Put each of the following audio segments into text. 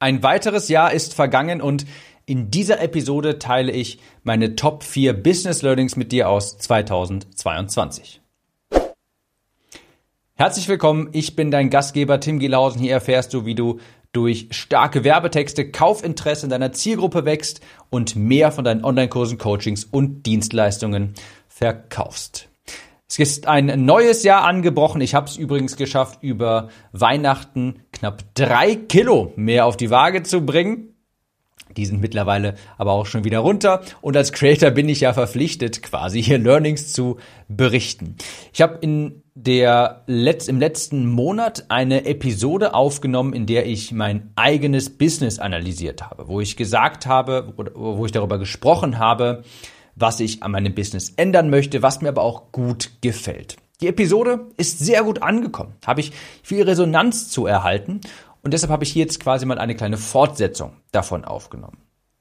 Ein weiteres Jahr ist vergangen und in dieser Episode teile ich meine Top 4 Business Learnings mit dir aus 2022. Herzlich willkommen, ich bin dein Gastgeber Tim Gielhausen. Hier erfährst du, wie du durch starke Werbetexte Kaufinteresse in deiner Zielgruppe wächst und mehr von deinen Online-Kursen, Coachings und Dienstleistungen verkaufst. Es ist ein neues Jahr angebrochen. Ich habe es übrigens geschafft, über Weihnachten knapp 3 Kilo mehr auf die Waage zu bringen. Die sind mittlerweile aber auch schon wieder runter. Und als Creator bin ich ja verpflichtet, quasi hier Learnings zu berichten. Ich habe im letzten Monat eine Episode aufgenommen, in der ich mein eigenes Business analysiert habe, wo ich darüber gesprochen habe, was ich an meinem Business ändern möchte, was mir aber auch gut gefällt. Die Episode ist sehr gut angekommen, habe ich viel Resonanz zu erhalten und deshalb habe ich hier jetzt quasi mal eine kleine Fortsetzung davon aufgenommen.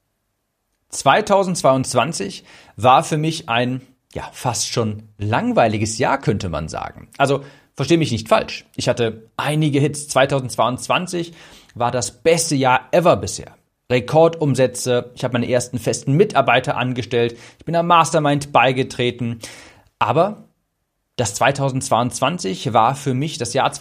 2022 war für mich ein fast schon langweiliges Jahr, könnte man sagen. Also verstehe mich nicht falsch. Ich hatte einige Hits. 2022 war das beste Jahr ever bisher. Rekordumsätze, ich habe meine ersten festen Mitarbeiter angestellt, ich bin am Mastermind beigetreten, aber das Jahr 2022 war für mich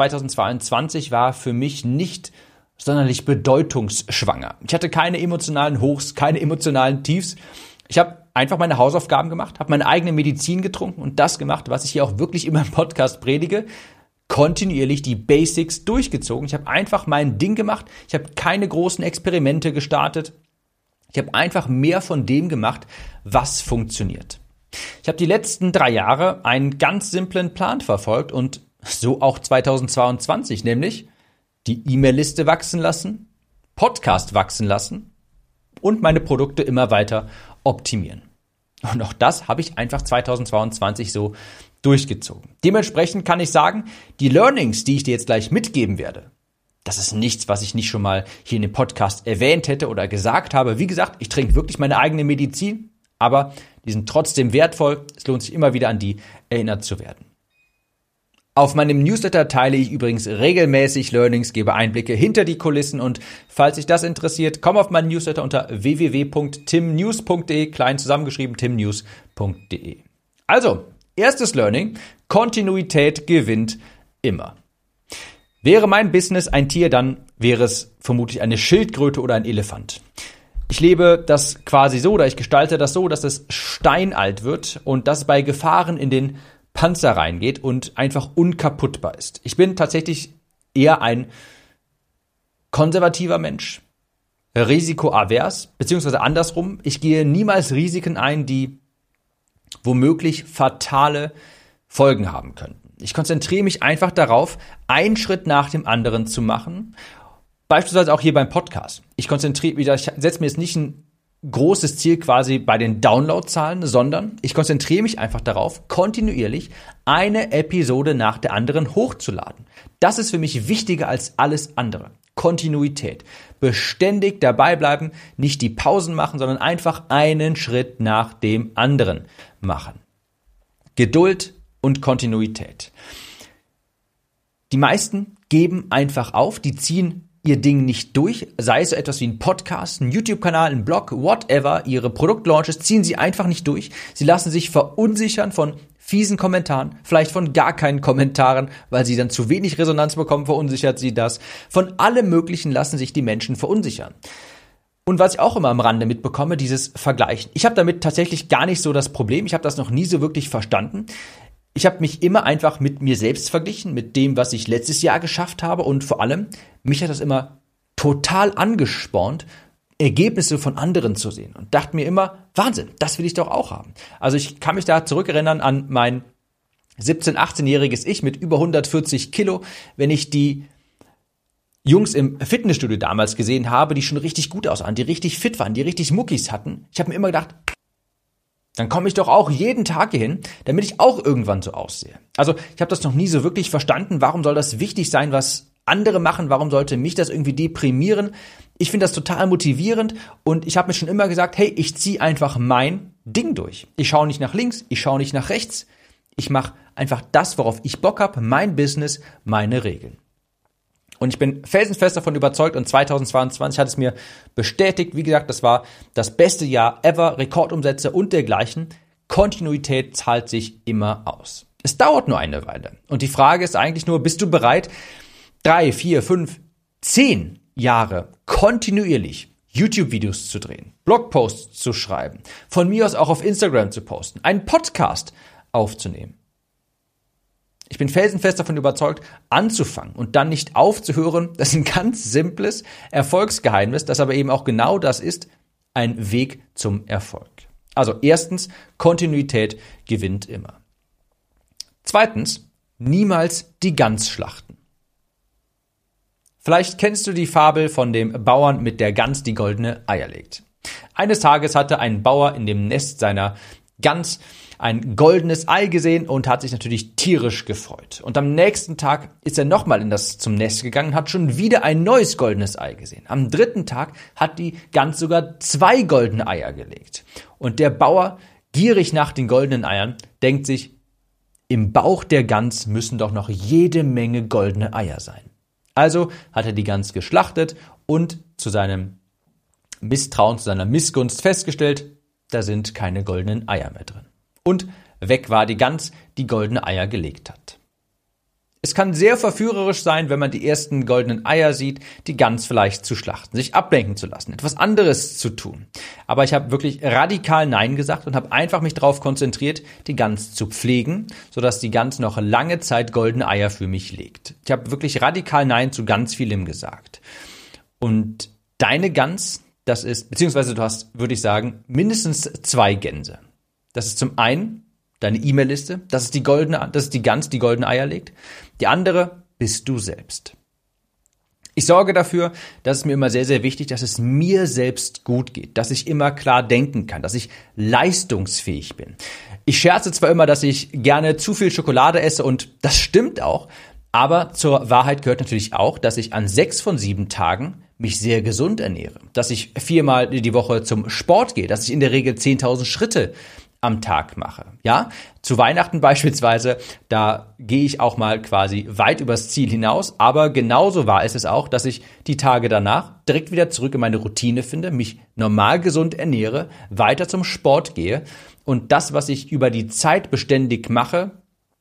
nicht sonderlich bedeutungsschwanger. Ich hatte keine emotionalen Hochs, keine emotionalen Tiefs. Ich habe einfach meine Hausaufgaben gemacht, habe meine eigene Medizin getrunken und das gemacht, was ich hier auch wirklich in meinem Podcast predige, kontinuierlich die Basics durchgezogen. Ich habe einfach mein Ding gemacht. Ich habe keine großen Experimente gestartet. Ich habe einfach mehr von dem gemacht, was funktioniert. Ich habe die letzten 3 Jahre einen ganz simplen Plan verfolgt und so auch 2022, nämlich die E-Mail-Liste wachsen lassen, Podcast wachsen lassen und meine Produkte immer weiter optimieren. Und auch das habe ich einfach 2022 so durchgezogen. Dementsprechend kann ich sagen, die Learnings, die ich dir jetzt gleich mitgeben werde, das ist nichts, was ich nicht schon mal hier in dem Podcast erwähnt hätte oder gesagt habe. Wie gesagt, ich trinke wirklich meine eigene Medizin, aber die sind trotzdem wertvoll. Es lohnt sich immer wieder, an die erinnert zu werden. Auf meinem Newsletter teile ich übrigens regelmäßig Learnings, gebe Einblicke hinter die Kulissen und falls dich das interessiert, komm auf meinen Newsletter unter www.timnews.de, klein zusammengeschrieben, timnews.de. Also, erstes Learning, Kontinuität gewinnt immer. Wäre mein Business ein Tier, dann wäre es vermutlich eine Schildkröte oder ein Elefant. Ich lebe das quasi so, oder ich gestalte das so, dass es steinalt wird und das bei Gefahren in den Panzer reingeht und einfach unkaputtbar ist. Ich bin tatsächlich eher ein konservativer Mensch, risikoavers, beziehungsweise andersrum. Ich gehe niemals Risiken ein, die womöglich fatale Folgen haben könnten. Ich konzentriere mich einfach darauf, einen Schritt nach dem anderen zu machen. Beispielsweise auch hier beim Podcast. Ich setze mir jetzt nicht ein großes Ziel quasi bei den Downloadzahlen, sondern ich konzentriere mich einfach darauf, kontinuierlich eine Episode nach der anderen hochzuladen. Das ist für mich wichtiger als alles andere. Kontinuität. Beständig dabei bleiben, nicht die Pausen machen, sondern einfach einen Schritt nach dem anderen machen. Geduld und Kontinuität. Die meisten geben einfach auf, die ziehen ihr Ding nicht durch, sei es so etwas wie ein Podcast, ein YouTube-Kanal, ein Blog, whatever, ihre Produktlaunches ziehen sie einfach nicht durch. Sie lassen sich verunsichern von fiesen Kommentaren, vielleicht von gar keinen Kommentaren, weil sie dann zu wenig Resonanz bekommen, verunsichert sie das. Von allem Möglichen lassen sich die Menschen verunsichern. Und was ich auch immer am Rande mitbekomme, dieses Vergleichen. Ich habe damit tatsächlich gar nicht so das Problem, ich habe das noch nie so wirklich verstanden. Ich habe mich immer einfach mit mir selbst verglichen, mit dem, was ich letztes Jahr geschafft habe und vor allem, mich hat das immer total angespornt, Ergebnisse von anderen zu sehen und dachte mir immer, Wahnsinn, das will ich doch auch haben. Also ich kann mich da zurückerinnern an mein 17-, 18-jähriges Ich mit über 140 Kilo, wenn ich die Jungs im Fitnessstudio damals gesehen habe, die schon richtig gut aussahen, die richtig fit waren, die richtig Muckis hatten. Ich habe mir immer gedacht, dann komme ich doch auch jeden Tag hierhin, damit ich auch irgendwann so aussehe. Also ich habe das noch nie so wirklich verstanden. Warum soll das wichtig sein, was andere machen? Warum sollte mich das irgendwie deprimieren? Ich finde das total motivierend und ich habe mir schon immer gesagt, hey, ich ziehe einfach mein Ding durch. Ich schaue nicht nach links, ich schaue nicht nach rechts. Ich mache einfach das, worauf ich Bock habe, mein Business, meine Regeln. Und ich bin felsenfest davon überzeugt und 2022 hat es mir bestätigt. Wie gesagt, das war das beste Jahr ever, Rekordumsätze und dergleichen. Kontinuität zahlt sich immer aus. Es dauert nur eine Weile. Und die Frage ist eigentlich nur, bist du bereit, 3, 4, 5, 10 Jahre kontinuierlich YouTube-Videos zu drehen, Blogposts zu schreiben, von mir aus auch auf Instagram zu posten, einen Podcast aufzunehmen? Ich bin felsenfest davon überzeugt, anzufangen und dann nicht aufzuhören. Das ist ein ganz simples Erfolgsgeheimnis, das aber eben auch genau das ist, ein Weg zum Erfolg. Also erstens, Kontinuität gewinnt immer. Zweitens, niemals die Gans schlachten. Vielleicht kennst du die Fabel von dem Bauern mit der Gans, die goldene Eier legt. Eines Tages hatte ein Bauer in dem Nest seiner Gans ein goldenes Ei gesehen und hat sich natürlich tierisch gefreut. Und am nächsten Tag ist er nochmal zum Nest gegangen und hat schon wieder ein neues goldenes Ei gesehen. Am dritten Tag hat die Gans sogar 2 goldene Eier gelegt. Und der Bauer, gierig nach den goldenen Eiern, denkt sich, im Bauch der Gans müssen doch noch jede Menge goldene Eier sein. Also hat er die Gans geschlachtet und zu seinem Misstrauen, zu seiner Missgunst festgestellt, da sind keine goldenen Eier mehr drin. Und weg war die Gans, die goldene Eier gelegt hat. Es kann sehr verführerisch sein, wenn man die ersten goldenen Eier sieht, die Gans vielleicht zu schlachten, sich ablenken zu lassen, etwas anderes zu tun. Aber ich habe wirklich radikal Nein gesagt und habe einfach mich darauf konzentriert, die Gans zu pflegen, sodass die Gans noch lange Zeit goldene Eier für mich legt. Ich habe wirklich radikal Nein zu ganz vielem gesagt. Und deine Gans, das ist, beziehungsweise du hast, würde ich sagen, mindestens 2 Gänse. Das ist zum einen deine E-Mail-Liste, das ist die Gans, die goldene Eier legt. Die andere bist du selbst. Ich sorge dafür, dass es mir immer sehr, sehr wichtig, dass es mir selbst gut geht, dass ich immer klar denken kann, dass ich leistungsfähig bin. Ich scherze zwar immer, dass ich gerne zu viel Schokolade esse und das stimmt auch, aber zur Wahrheit gehört natürlich auch, dass ich an 6 von 7 Tagen mich sehr gesund ernähre, dass ich 4-mal die Woche zum Sport gehe, dass ich in der Regel 10.000 Schritte am Tag mache. Ja, zu Weihnachten beispielsweise, da gehe ich auch mal quasi weit übers Ziel hinaus, aber genauso war es auch, dass ich die Tage danach direkt wieder zurück in meine Routine finde, mich normal gesund ernähre, weiter zum Sport gehe und das, was ich über die Zeit beständig mache,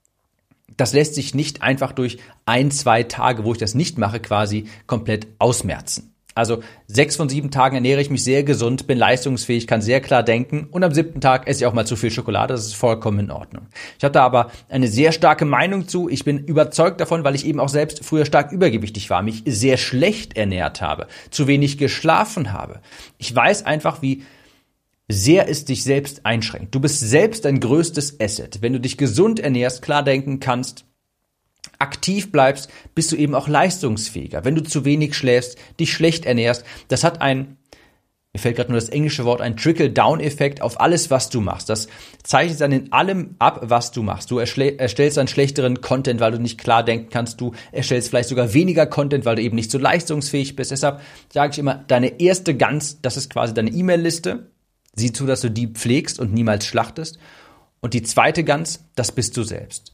das lässt sich nicht einfach durch 1, 2 Tage, wo ich das nicht mache, quasi komplett ausmerzen. Also 6 von 7 Tagen ernähre ich mich sehr gesund, bin leistungsfähig, kann sehr klar denken und am 7. Tag esse ich auch mal zu viel Schokolade, das ist vollkommen in Ordnung. Ich habe da aber eine sehr starke Meinung zu, ich bin überzeugt davon, weil ich eben auch selbst früher stark übergewichtig war, mich sehr schlecht ernährt habe, zu wenig geschlafen habe. Ich weiß einfach, wie sehr es dich selbst einschränkt. Du bist selbst dein größtes Asset. Wenn du dich gesund ernährst, klar denken kannst, aktiv bleibst, bist du eben auch leistungsfähiger. Wenn du zu wenig schläfst, dich schlecht ernährst, das hat mir fällt gerade nur das englische Wort, ein Trickle-Down-Effekt auf alles, was du machst. Das zeichnet dann in allem ab, was du machst. Du erstellst dann schlechteren Content, weil du nicht klar denken kannst. Du erstellst vielleicht sogar weniger Content, weil du eben nicht so leistungsfähig bist. Deshalb sage ich immer, deine erste Gans, das ist quasi deine E-Mail-Liste. Sieh zu, dass du die pflegst und niemals schlachtest. Und die zweite Gans, das bist du selbst.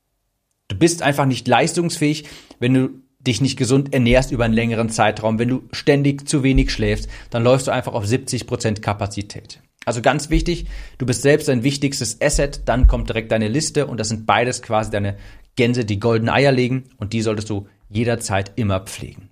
Du bist einfach nicht leistungsfähig, wenn du dich nicht gesund ernährst über einen längeren Zeitraum. Wenn du ständig zu wenig schläfst, dann läufst du einfach auf 70% Kapazität. Also ganz wichtig, du bist selbst dein wichtigstes Asset, dann kommt direkt deine Liste und das sind beides quasi deine Gänse, die goldene Eier legen und die solltest du jederzeit immer pflegen.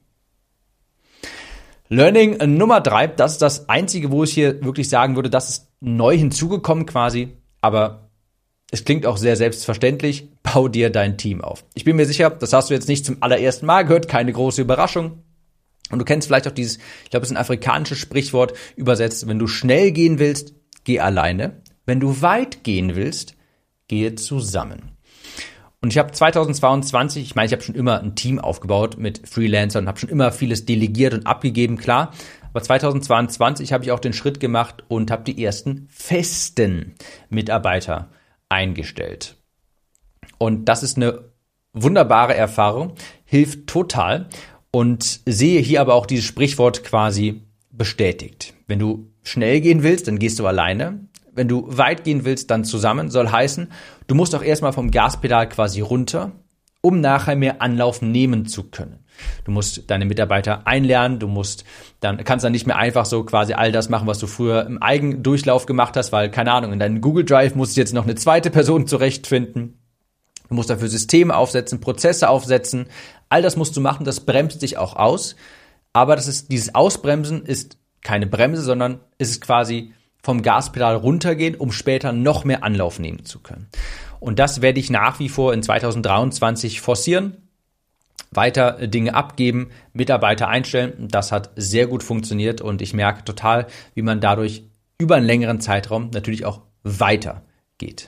Learning Nummer 3, das ist das Einzige, wo ich hier wirklich sagen würde, das ist neu hinzugekommen quasi, aber es klingt auch sehr selbstverständlich, bau dir dein Team auf. Ich bin mir sicher, das hast du jetzt nicht zum allerersten Mal gehört, keine große Überraschung. Und du kennst vielleicht auch dieses, ich glaube, es ist ein afrikanisches Sprichwort, übersetzt, wenn du schnell gehen willst, geh alleine. Wenn du weit gehen willst, gehe zusammen. Und ich habe 2022, ich habe schon immer ein Team aufgebaut mit Freelancern, habe schon immer vieles delegiert und abgegeben, klar. Aber 2022 habe ich auch den Schritt gemacht und habe die ersten festen Mitarbeiter eingestellt. Und das ist eine wunderbare Erfahrung, hilft total und sehe hier aber auch dieses Sprichwort quasi bestätigt. Wenn du schnell gehen willst, dann gehst du alleine. Wenn du weit gehen willst, dann zusammen. Soll heißen, du musst auch erstmal vom Gaspedal quasi runter, um nachher mehr Anlauf nehmen zu können. Du musst deine Mitarbeiter einlernen, kannst dann nicht mehr einfach so quasi all das machen, was du früher im Eigendurchlauf gemacht hast, weil, keine Ahnung, in deinem Google Drive musst du jetzt noch eine zweite Person zurechtfinden. Du musst dafür Systeme aufsetzen, Prozesse aufsetzen. All das musst du machen, das bremst dich auch aus. Aber dieses Ausbremsen ist keine Bremse, sondern es ist quasi vom Gaspedal runtergehen, um später noch mehr Anlauf nehmen zu können. Und das werde ich nach wie vor in 2023 forcieren. Weiter Dinge abgeben, Mitarbeiter einstellen. Das hat sehr gut funktioniert und ich merke total, wie man dadurch über einen längeren Zeitraum natürlich auch weitergeht.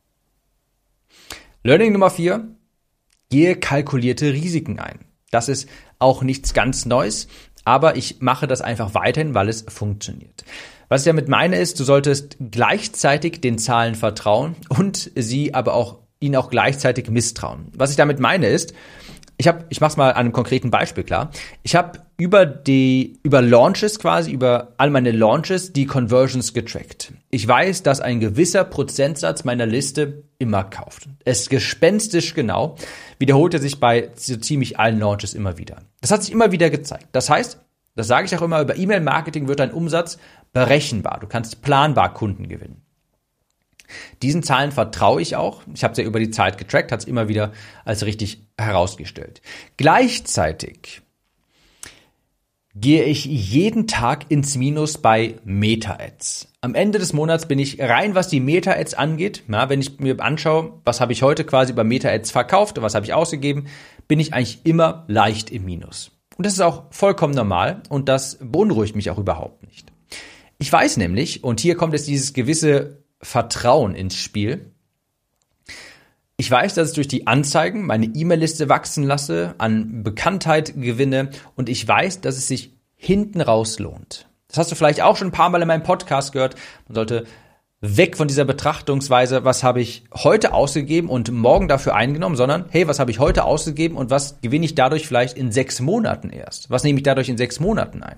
Learning Nummer 4, gehe kalkulierte Risiken ein. Das ist auch nichts ganz Neues, aber ich mache das einfach weiterhin, weil es funktioniert. Was ich damit meine ist, du solltest gleichzeitig den Zahlen vertrauen und ihnen auch gleichzeitig misstrauen. Was ich damit meine ist, ich mache es mal an einem konkreten Beispiel klar. Ich habe über Launches quasi, über all meine Launches die Conversions getrackt. Ich weiß, dass ein gewisser Prozentsatz meiner Liste immer kauft. Es ist gespenstisch genau, wiederholt er sich bei so ziemlich allen Launches immer wieder. Das hat sich immer wieder gezeigt. Das heißt, das sage ich auch immer, über E-Mail-Marketing wird dein Umsatz berechenbar. Du kannst planbar Kunden gewinnen. Diesen Zahlen vertraue ich auch. Ich habe es ja über die Zeit getrackt, hat es immer wieder als richtig herausgestellt. Gleichzeitig gehe ich jeden Tag ins Minus bei Meta-Ads. Am Ende des Monats bin ich rein, was die Meta-Ads angeht. Ja, wenn ich mir anschaue, was habe ich heute quasi bei Meta-Ads verkauft und was habe ich ausgegeben, bin ich eigentlich immer leicht im Minus. Und das ist auch vollkommen normal und das beunruhigt mich auch überhaupt nicht. Ich weiß nämlich, und hier kommt jetzt dieses gewisse Vertrauen ins Spiel. Ich weiß, dass ich durch die Anzeigen meine E-Mail-Liste wachsen lasse, an Bekanntheit gewinne und ich weiß, dass es sich hinten raus lohnt. Das hast du vielleicht auch schon ein paar Mal in meinem Podcast gehört. Man sollte weg von dieser Betrachtungsweise, was habe ich heute ausgegeben und morgen dafür eingenommen, sondern hey, was habe ich heute ausgegeben und was gewinne ich dadurch vielleicht in 6 Monaten erst? Was nehme ich dadurch in 6 Monaten ein?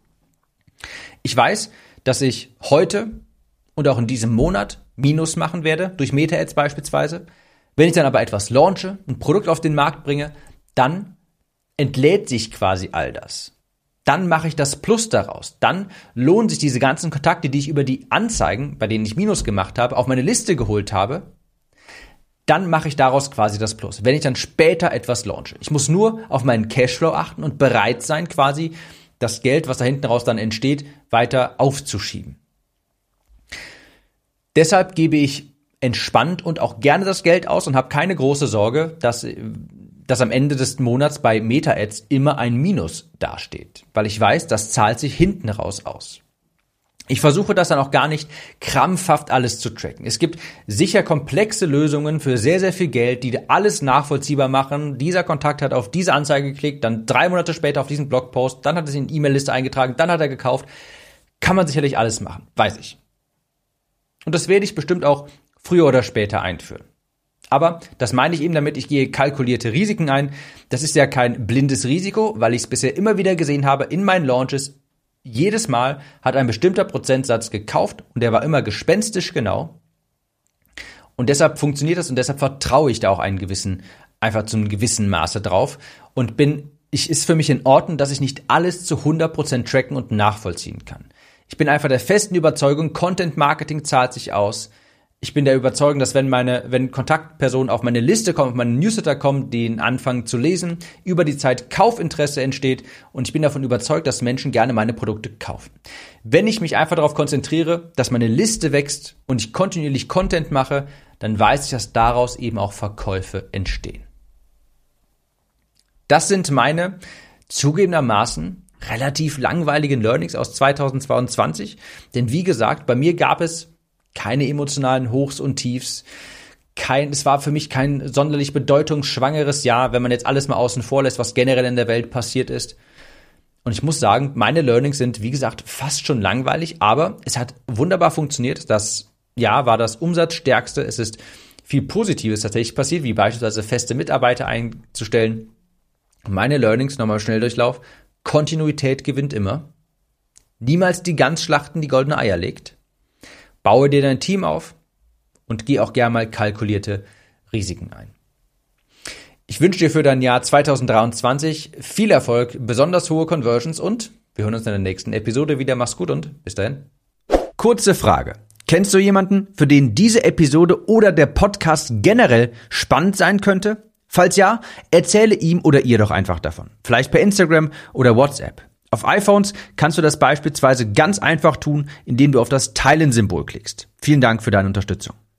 Ich weiß, dass ich heute und auch in diesem Monat Minus machen werde, durch Meta-Ads beispielsweise. Wenn ich dann aber etwas launche, ein Produkt auf den Markt bringe, dann entlädt sich quasi all das. Dann mache ich das Plus daraus. Dann lohnen sich diese ganzen Kontakte, die ich über die Anzeigen, bei denen ich Minus gemacht habe, auf meine Liste geholt habe. Dann mache ich daraus quasi das Plus, wenn ich dann später etwas launche. Ich muss nur auf meinen Cashflow achten und bereit sein, quasi das Geld, was da hinten raus dann entsteht, weiter aufzuschieben. Deshalb gebe ich entspannt und auch gerne das Geld aus und habe keine große Sorge, dass am Ende des Monats bei Meta-Ads immer ein Minus dasteht, weil ich weiß, das zahlt sich hinten raus aus. Ich versuche das dann auch gar nicht krampfhaft alles zu tracken. Es gibt sicher komplexe Lösungen für sehr, sehr viel Geld, die alles nachvollziehbar machen. Dieser Kontakt hat auf diese Anzeige geklickt, dann 3 Monate später auf diesen Blogpost, dann hat er sich in die E-Mail-Liste eingetragen, dann hat er gekauft. Kann man sicherlich alles machen, weiß ich. Und das werde ich bestimmt auch früher oder später einführen. Aber das meine ich eben damit, ich gehe kalkulierte Risiken ein. Das ist ja kein blindes Risiko, weil ich es bisher immer wieder gesehen habe in meinen Launches. Jedes Mal hat ein bestimmter Prozentsatz gekauft und der war immer gespenstisch genau. Und deshalb funktioniert das und deshalb vertraue ich da auch einfach zu einem gewissen Maße drauf und ist für mich in Ordnung, dass ich nicht alles zu 100% tracken und nachvollziehen kann. Ich bin einfach der festen Überzeugung, Content Marketing zahlt sich aus. Ich bin der Überzeugung, dass wenn Kontaktpersonen auf meine Liste kommen, auf meine Newsletter kommen, die anfangen zu lesen, über die Zeit Kaufinteresse entsteht und ich bin davon überzeugt, dass Menschen gerne meine Produkte kaufen. Wenn ich mich einfach darauf konzentriere, dass meine Liste wächst und ich kontinuierlich Content mache, dann weiß ich, dass daraus eben auch Verkäufe entstehen. Das sind meine zugegebenermaßen relativ langweiligen Learnings aus 2022, denn wie gesagt, bei mir gab es keine emotionalen Hochs und Tiefs. Es war für mich kein sonderlich bedeutungsschwangeres Jahr, wenn man jetzt alles mal außen vor lässt, was generell in der Welt passiert ist. Und ich muss sagen, meine Learnings sind, wie gesagt, fast schon langweilig, aber es hat wunderbar funktioniert. Das Jahr war das umsatzstärkste. Es ist viel Positives tatsächlich passiert, wie beispielsweise feste Mitarbeiter einzustellen. Meine Learnings, nochmal Schnelldurchlauf: Kontinuität gewinnt immer. Niemals die Gans schlachten, die goldene Eier legt. Baue dir dein Team auf und geh auch gerne mal kalkulierte Risiken ein. Ich wünsche dir für dein Jahr 2023 viel Erfolg, besonders hohe Conversions und wir hören uns in der nächsten Episode wieder. Mach's gut und bis dahin. Kurze Frage. Kennst du jemanden, für den diese Episode oder der Podcast generell spannend sein könnte? Falls ja, erzähle ihm oder ihr doch einfach davon. Vielleicht per Instagram oder WhatsApp. Auf iPhones kannst du das beispielsweise ganz einfach tun, indem du auf das Teilen-Symbol klickst. Vielen Dank für deine Unterstützung.